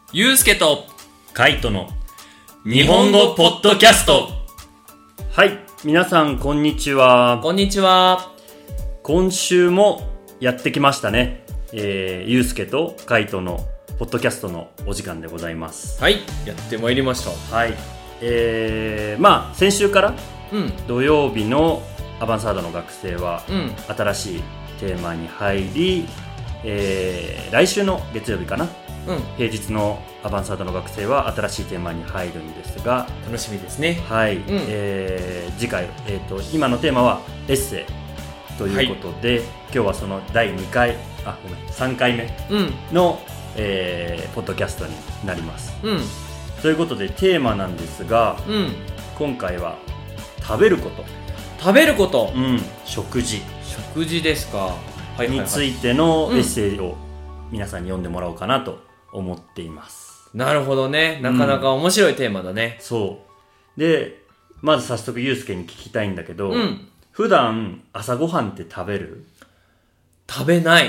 ゆうすけとカイトの日本語ポッドキャスト。 はい、皆さんこんにちは。 こんにちは。 今週もやってきましたね。ゆうすけとカイトのポッドキャストのお時間でございます。 はい、やってまいりました。 はい、先週から土曜日のアバンサードの学生は新しいテーマに入り、来週の月曜日かな、平日のアバンサードの学生は新しいテーマに入るんですが、 楽しみですね。 はい、次回、今のテーマはエッセイということで、今日はその第3回目の、ポッドキャストになります。ということでテーマなんですが、今回は食べること、食事ですか。 についてのエッセイを皆さんに読んでもらおうかなと思っています。 なるほどね。なかなか面白いテーマだね。 そうで、まず早速ゆうすけに聞きたいんだけど、普段朝ごはんって食べる？ 食べない。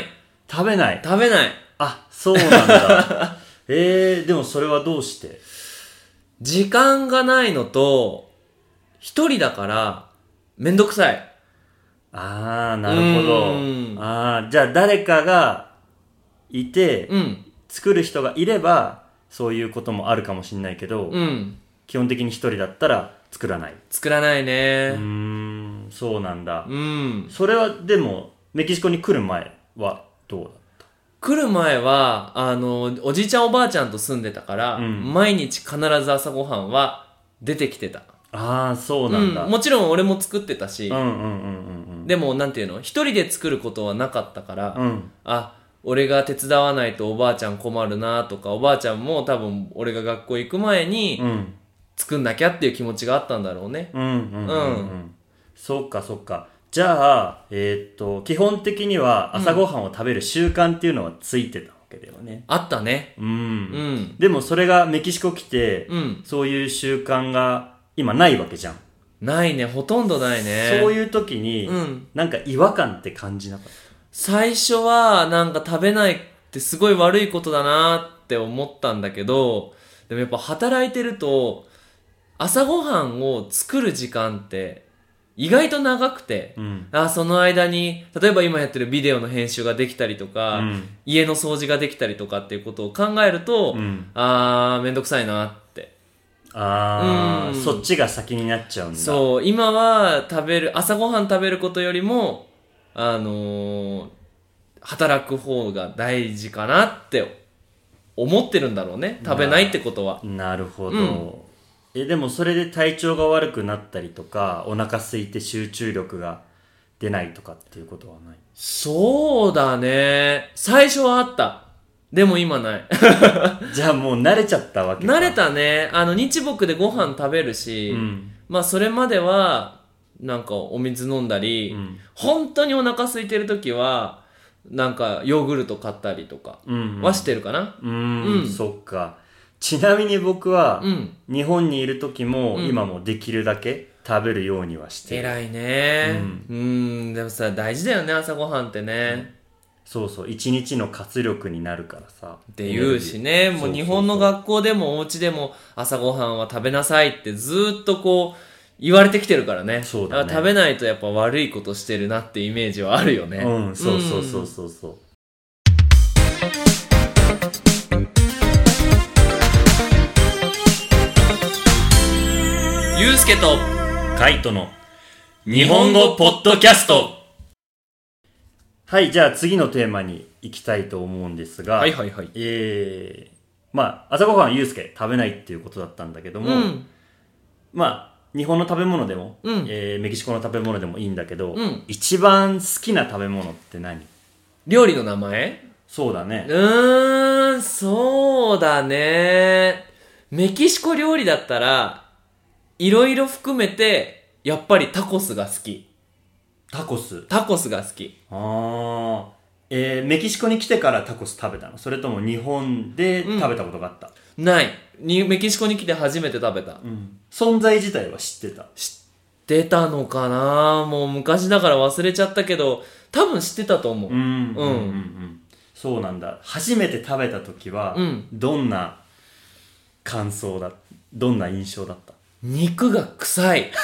あ、そうなんだ。でもそれはどうして？ 時間がないのと、一人だからめんどくさい。 なるほど。じゃあ誰かがいて、作る人がいればそういうこともあるかもしれないけど、基本的に一人だったら作らないね。 そうなんだ。それはでもメキシコに来る前はどうだった？ 来る前はおじいちゃんおばあちゃんと住んでたから、毎日必ず朝ごはんは出てきてた。 そうなんだ。 もちろん俺も作ってたし、でもなんていうの、一人で作ることはなかったから、俺が手伝わないとおばあちゃん困るなとか、おばあちゃんも多分俺が学校行く前に作んなきゃっていう気持ちがあったんだろうね。 そっか。じゃあ、基本的には朝ごはんを食べる習慣っていうのはついてたわけだよね。 あったね。 でもそれがメキシコ来て、そういう習慣が今ないわけじゃん。 ないね、ほとんどないね。 そういう時に、なんか違和感って感じなかった？ 最初はなんか食べないってすごい悪いことだなって思ったんだけど、でもやっぱ働いてると朝ごはんを作る時間って意外と長くて、その間に例えば今やってるビデオの編集ができたりとか、家の掃除ができたりとかっていうことを考えると、めんどくさいなって。 そっちが先になっちゃうんだ。 そう、今は朝ごはん食べることよりも働く方が大事かなって思ってるんだろうね。食べないってことは。 なるほど。でもそれで体調が悪くなったりとか、お腹空いて集中力が出ないとかっていうことはない？ そうだね。最初はあった。でも今ない。 じゃあもう慣れちゃったわけか。 慣れたね。日木でご飯食べるし、それまではなんかお水飲んだり、本当にお腹空いてる時はなんかヨーグルト買ったりとかはしてるかな。 そっか。ちなみに僕は、日本にいる時も、今もできるだけ食べるようにはしてる。 偉いね。でもさ、大事だよね、朝ごはんってね。 そう一日の活力になるからさって言うしね。もう日本の学校でもお家でも朝ごはんは食べなさいってずっとこう言われてきてるからね。 そうだね。 だから食べないとやっぱ悪いことしてるなってイメージはあるよね。 そうゆうすけとカイトの日本語ポッドキャスト。 はい、じゃあ次のテーマに行きたいと思うんですが、朝ごはんゆうすけ食べないっていうことだったんだけども、日本の食べ物でも、メキシコの食べ物でもいいんだけど、一番好きな食べ物って何？ 料理の名前？ そうだね。 そうだね。メキシコ料理だったらいろいろ含めてやっぱりタコスが好き。タコスが好き。 メキシコに来てからタコス食べたの？それとも日本で食べたことがあった？ ないメキシコに来て初めて食べた。 存在自体は知ってたのかな。もう昔だから忘れちゃったけど多分知ってたと思う。 そうなんだ。初めて食べた時は、どんな感想だ？どんな印象だった？ 肉が臭い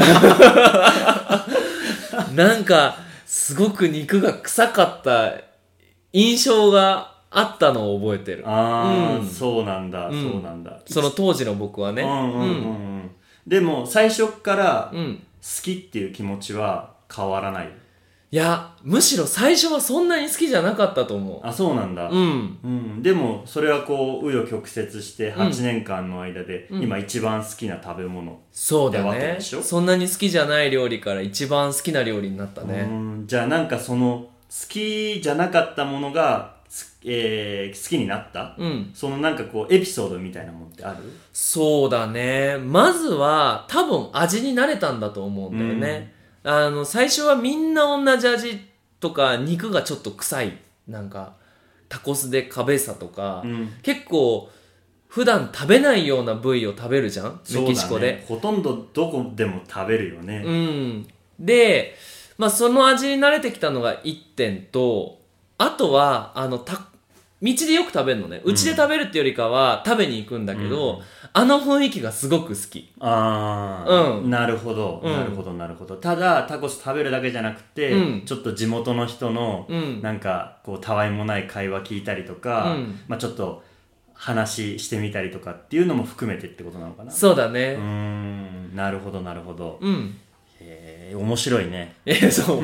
なんかすごく肉が臭かった印象があったのを覚えてる。 そうなんだ、そうなんだ。 その当時の僕はね。 でも最初から好きっていう気持ちは変わらない？ いや、むしろ最初はそんなに好きじゃなかったと思う。 そうなんだ。でもそれはこう紆余曲折して8年間の間で、今一番好きな食べ物ってわけでしょ？そうだね。 そんなに好きじゃない料理から一番好きな料理になったね。 じゃあなんかその好きじゃなかったものが好きになった、そのなんかこうエピソードみたいなもんってある？ そうだね。まずは多分味に慣れたんだと思うんだよね。最初はみんな同じ味とか肉がちょっと臭い、なんかタコスでカベーサとか、結構普段食べないような部位を食べるじゃん、メキシコで。 ほとんどどこでも食べるよね。 で、その味に慣れてきたのが1点と、あとは道でよく食べるのね。うちで食べるってよりかは食べに行くんだけど、雰囲気がすごく好き。 なるほど、なるほど、なるほど。ただタコス食べるだけじゃなくて、ちょっと地元の人の、なんかこうたわいもない会話聞いたりとか、ちょっと話してみたりとかっていうのも含めてってことなのかな？ そうだね。 なるほど、なるほど。面白いね。 そう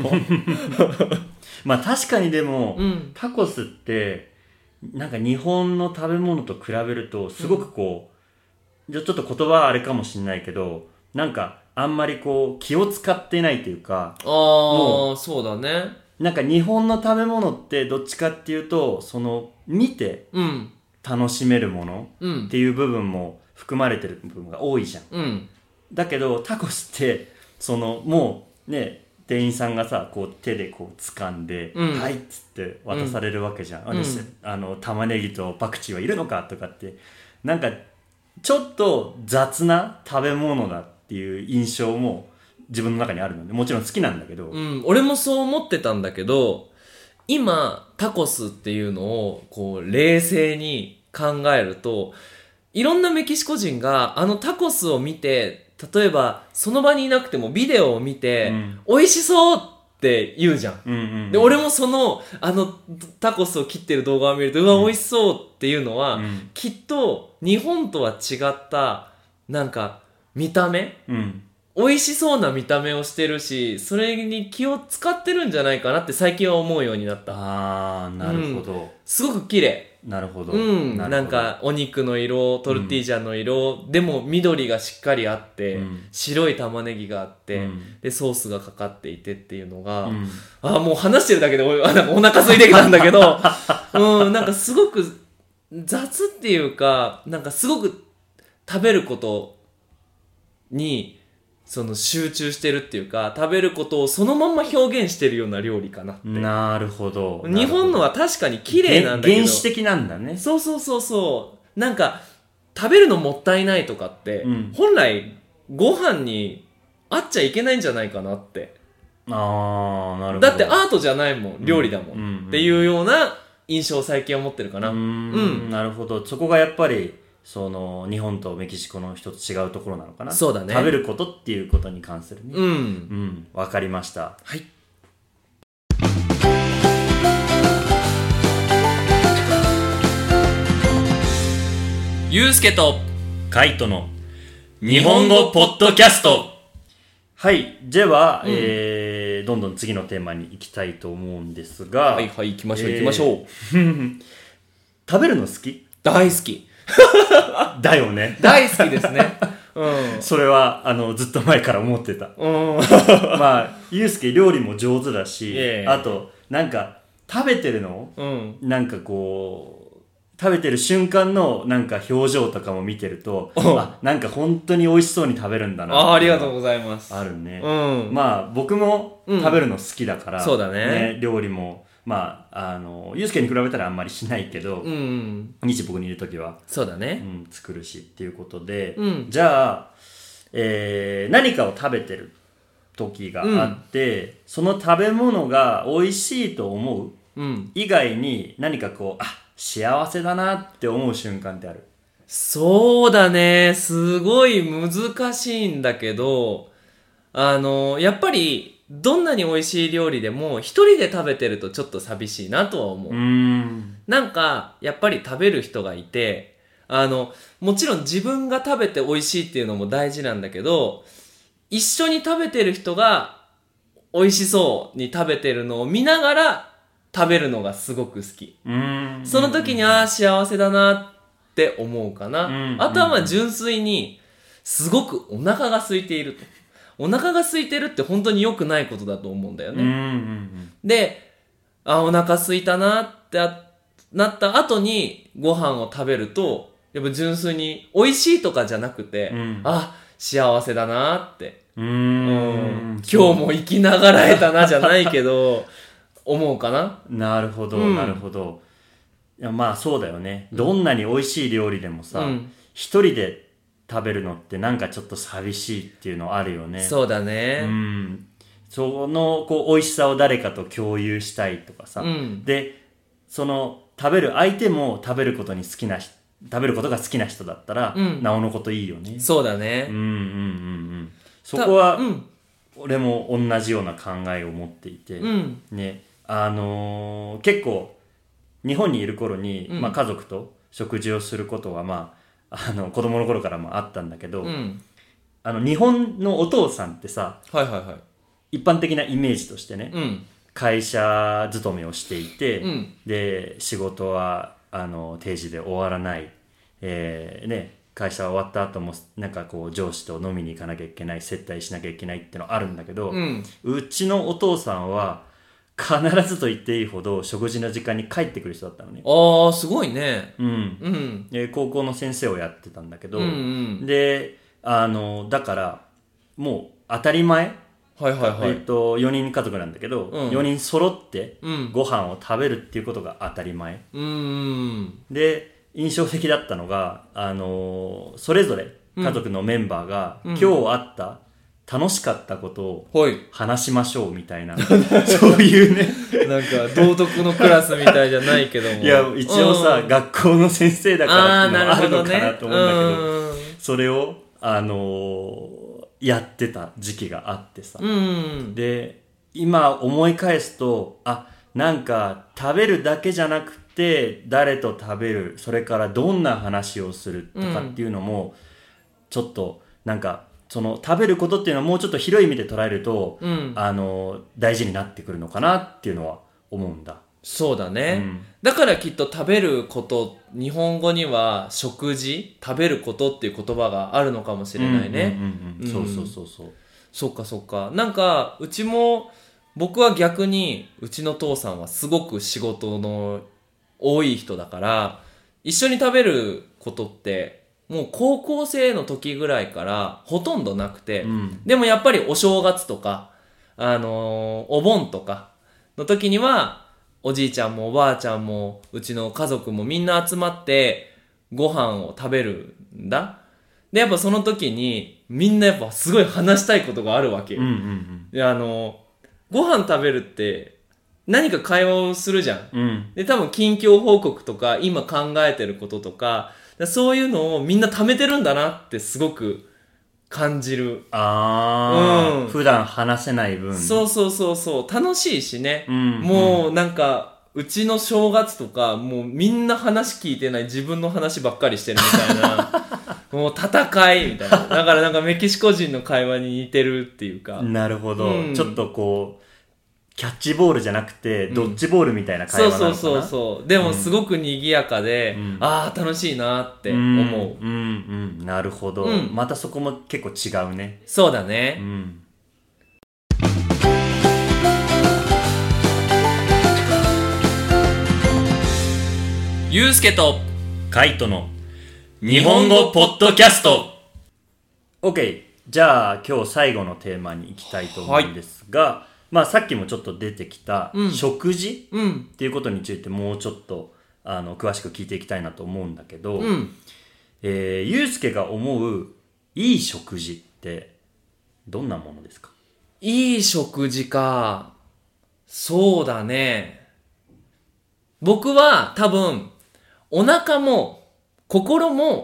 確かにでも、タコスってなんか日本の食べ物と比べるとすごくこう、ちょっと言葉はあれかもしれないけど、なんかあんまりこう気を使ってないというか、 そうだね。 なんか日本の食べ物ってどっちかっていうと、その見て楽しめるものっていう部分も含まれてる部分が多いじゃん。だけどタコスってそのもうね、店員さんがさ、こう手でこう掴んで、はいっつって渡されるわけじゃん。玉ねぎとパクチーはいるのかとかって、なんかちょっと雑な食べ物だっていう印象も自分の中にあるので、もちろん好きなんだけど、 俺もそう思ってたんだけど、今タコスっていうのをこう冷静に考えると、いろんなメキシコ人がタコスを見て、例えばその場にいなくてもビデオを見て、美味しそうって言うじゃん。で、俺もタコスを切ってる動画を見ると、うわ美味しそうっていうのは、きっと日本とは違ったなんか見た目、美味しそうな見た目をしてるし、それに気を使ってるんじゃないかなって最近は思うようになった。 なるほど。 すごく綺麗。 なるほど。 なんかお肉の色、トルティージャの色、でも緑がしっかりあって、白い玉ねぎがあって、でソースがかかっていてっていうのが、もう話してるだけでなんかお腹空いてきたんだけど、なんかすごく雑っていうか、なんかすごく食べることにその集中してるっていうか、食べることをそのまんま表現してるような料理かなって。 なるほど。 日本のは確かに綺麗なんだけど、 原始的なんだね。 そうなんか食べるのもったいないとかって、本来ご飯にあっちゃいけないんじゃないかなって。 なるほど。 だってアートじゃないもん、料理だもん、っていうような印象を最近は持ってるかな。 なるほど。そこがやっぱりその日本とメキシコの一つ違うところなのかな。 そうだね。 食べることっていうことに関するね。わかりました。 はい。ゆうすけとカイトの日本語ポッドキャスト。 はい。では、どんどん次のテーマに行きたいと思うんですが。 はいはい、行きましょう行きましょう。 食べるの好き？ 大好き。 だよね。 大好きですね。 それはずっと前から思ってた。ゆうすけ料理も上手だし、あとなんか食べてるの、なんかこう食べてる瞬間のなんか表情とかも見てると、なんか本当に美味しそうに食べるんだな。 ありがとうございます。 あるね。僕も食べるの好きだから、 そうだね。 料理もゆうすけに比べたらあんまりしないけど、日僕にいるときはそうだね、 作るしっていうことで、じゃあ、何かを食べてる時があって、その食べ物が美味しいと思う、以外に何かこう幸せだなって思う瞬間ってある？ そうだね。すごい難しいんだけど、やっぱり、どんなに美味しい料理でも、一人で食べてるとちょっと寂しいなとは思う。なんか、やっぱり食べる人がいて、もちろん自分が食べて美味しいっていうのも大事なんだけど、一緒に食べてる人が美味しそうに食べてるのを見ながら食べるのがすごく好き。その時に幸せだなって思うかな。あとはまあ純粋にすごくお腹が空いていると。お腹が空いてるって本当に良くないことだと思うんだよね。で、お腹空いたなってなった後にご飯を食べると、やっぱ純粋に美味しいとかじゃなくて、幸せだなって。今日も生きながらえたなじゃないけど、思うかな。 なるほど、なるほど。いや、まあそうだよね。どんなに美味しい料理でもさ、一人で食べるのってなんかちょっと寂しいっていうのあるよね。 そうだね。 そのこう美味しさを誰かと共有したいとかさ。で、その食べる相手も食べることが好きな人だったら、なおのこといいよね。 そうだね。 そこは、俺も同じような考えを持っていて、ね、結構日本にいる頃に、まあ、家族と食事をすることは、まあ、子供の頃からもあったんだけど、日本のお父さんってさ、一般的なイメージとしてね、会社勤めをしていて、で仕事は定時で終わらない、会社終わった後もなんかこう上司と飲みに行かなきゃいけない、接待しなきゃいけないってのあるんだけど、うちのお父さんは必ずと言っていいほど食事の時間に帰ってくる人だったのね。 ああ、すごいね。 高校の先生をやってたんだけど、でだからもう当たり前、4人家族なんだけど、4人揃ってご飯を食べるっていうことが当たり前、で印象的だったのが、それぞれ家族のメンバーが、今日あった楽しかったことを話しましょうみたいな、そういうねなんか道徳のクラスみたいじゃないけども、 いや一応さ、学校の先生だからっていうのはあるのかなと思うんだけど、それをやってた時期があってさ、で今思い返すと、なんか食べるだけじゃなくて誰と食べる、それからどんな話をするとかっていうのも、ちょっとなんかその食べることっていうのはもうちょっと広い意味で捉えると、大事になってくるのかなっていうのは思うんだ。 そうだね、だからきっと食べること、日本語には食事、食べることっていう言葉があるのかもしれないね。 そうそっかそっか。なんか僕は逆にうちの父さんはすごく仕事の多い人だから、一緒に食べることってもう高校生の時ぐらいからほとんどなくて、でもやっぱりお正月とかお盆とかの時にはおじいちゃんもおばあちゃんもうちの家族もみんな集まってご飯を食べるんだ。でやっぱその時にみんなやっぱすごい話したいことがあるわけよ。でご飯食べるって何か会話をするじゃん、で多分近況報告とか今考えてることとか、そういうのをみんな貯めてるんだなってすごく感じる。 普段話せない分。 そう楽しいしね、もうなんかうちの正月とかもうみんな話聞いてない、自分の話ばっかりしてるみたいなもう戦いみたいな。だからなんかメキシコ人の会話に似てるっていうか。 なるほど、ちょっとこうキャッチボールじゃなくてドッジボールみたいな会話なのかな。 そうでもすごく賑やかで、楽しいなって思う。なるほど、またそこも結構違うね。 そうだね。ゆうすけとカイトの日本語ポッドキャスト。 OK、 じゃあ今日最後のテーマに行きたいと思うんですが、まあさっきもちょっと出てきた食事っていうことについてもうちょっと詳しく聞いていきたいなと思うんだけど、ゆうすけが思ういい食事ってどんなものですか？ いい食事か。そうだね。僕は多分お腹も心も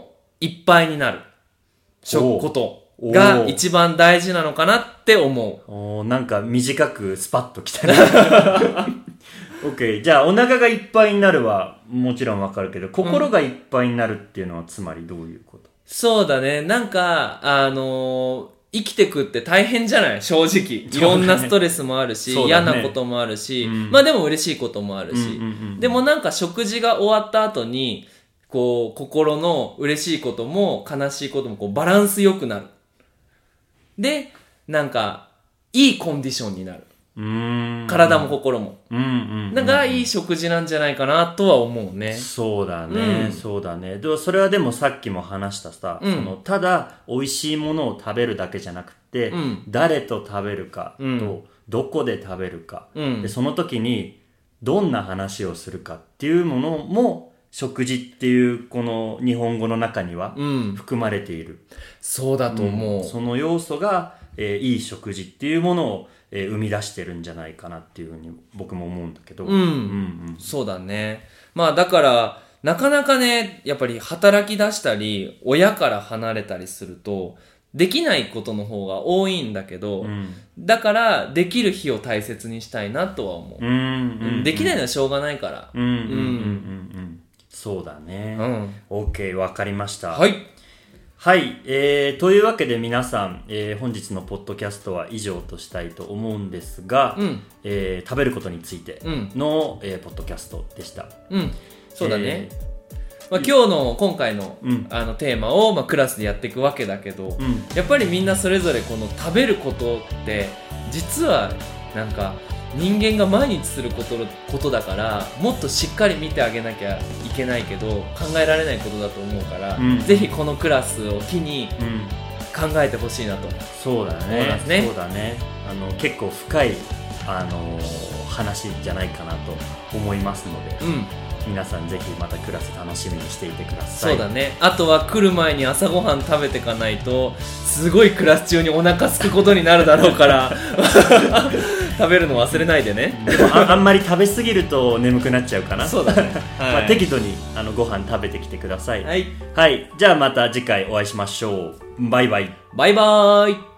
いっぱいになることが一番大事なのかなって思う。なんか短くスパッときたね。OK。じゃあお腹がいっぱいになるはもちろんわかるけど、心がいっぱいになるっていうのはつまりどういうこと？ そうだね。なんか、生きてくって大変じゃない？正直。いろんなストレスもあるし、嫌なこともあるし、まあでも嬉しいこともあるし、でもなんか食事が終わった後に、こう、心の嬉しいことも悲しいこともこうバランス良くなる。で、なんか、いいコンディションになる。体も心も。なんかいい食事なんじゃないかなとは思うね。 そうだね、そうだね。それはでもさっきも話したさ、ただ美味しいものを食べるだけじゃなくて、誰と食べるかと、どこで食べるか、で、その時にどんな話をするかっていうものも、食事っていうこの日本語の中には含まれている。 そうだと思う。 その要素が、いい食事っていうものを生み出してるんじゃないかなっていうふうに僕も思うんだけど。 そうだね。まあだから、なかなかね、やっぱり働き出したり、親から離れたりすると、できないことの方が多いんだけど、だからできる日を大切にしたいなとは思う。できないのはしょうがないから。 そうだね。OK、わかりました。 はい。 はい、というわけで皆さん、本日のポッドキャストは以上としたいと思うんですが、食べることについての、ポッドキャストでした。 そうだね。まあ、今回の、テーマを、まあ、クラスでやっていくわけだけど、やっぱりみんなそれぞれこの食べることって実はなんか人間が毎日することだから、もっとしっかり見てあげなきゃいけないけど考えられないことだと思うから、ぜひこのクラスを機に考えてほしいなとそうだね。そうだね。結構深い話じゃないかなと思いますので、皆さんぜひまたクラス楽しみにしていてください。 そうだね。あとは来る前に朝ごはん食べてかないとすごいクラス中にお腹すくことになるだろうから食べるの忘れないでね。 でも あんまり食べ過ぎると眠くなっちゃうかな。 そうだね、 まあ、適度にご飯食べてきてください。 はい、 はい、じゃあまた次回お会いしましょう。バイバイ。 バイバイ。